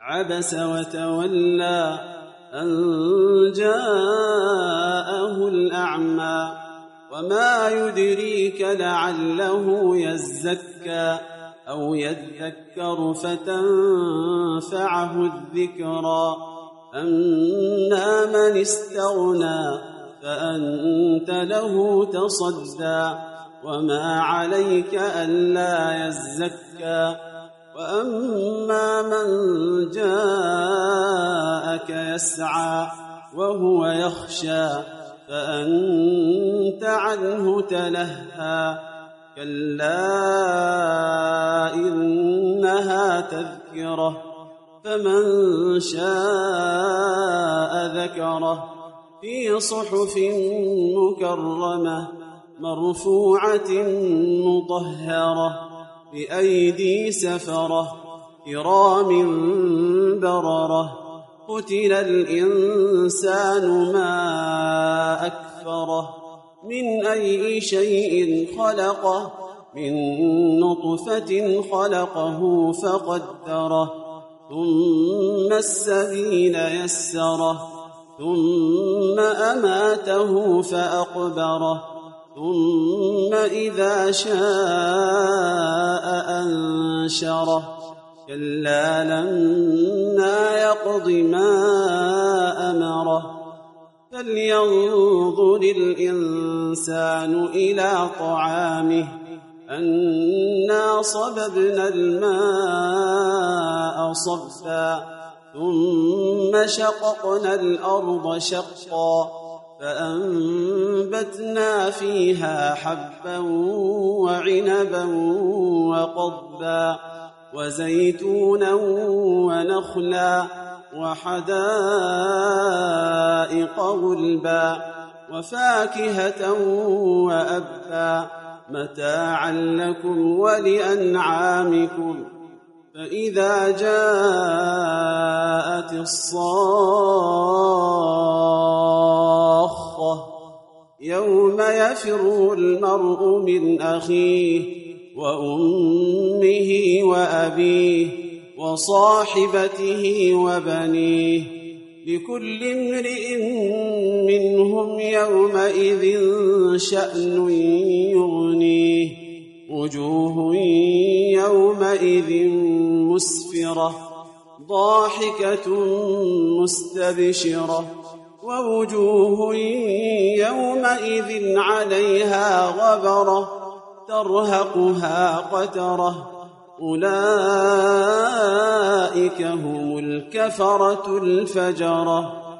عبس وتولى أن جاءه الأعمى وما يدريك لعله يزكى أو يذكر فتنفعه الذكرى أما من استغنى فأنت له تصدى وما عليك ألا يزكى وأما من جاءك يسعى وهو يخشى فأنت عنه تلهى كلا إنها تذكرة فمن شاء ذكره في صحف مكرمة مرفوعة مطهرة بأيدي سفرة كرام بررة قتل الإنسان ما أكفره من أي شيء خلقه من نطفة خلقه فقدره ثم السبيل يسره ثم أماته فأقبره ثم إذا شاء أنشره كلا لما يقض ما أمره فلينظر الإنسان إلى طعامه أنا صببنا الماء صبا ثم شققنا الأرض شقا فأنبتنا فيها حبا وعنبا وقضبا وزيتونا ونخلا وحدائق غلبا وفاكهة وأبا متاعا لكم ولأنعامكم فإذا جاءت الصاخة يوم يفر المرء من أخيه وأمه وأبيه وصاحبته وبنيه لكل امرئ منهم يومئذ شأن يغنيه وجوه يومئذ مسفرة ضاحكة مستبشرة ووجوه يومئذ عليها غبرة ترهقها قترة أولئك هم الكفرة الفجرة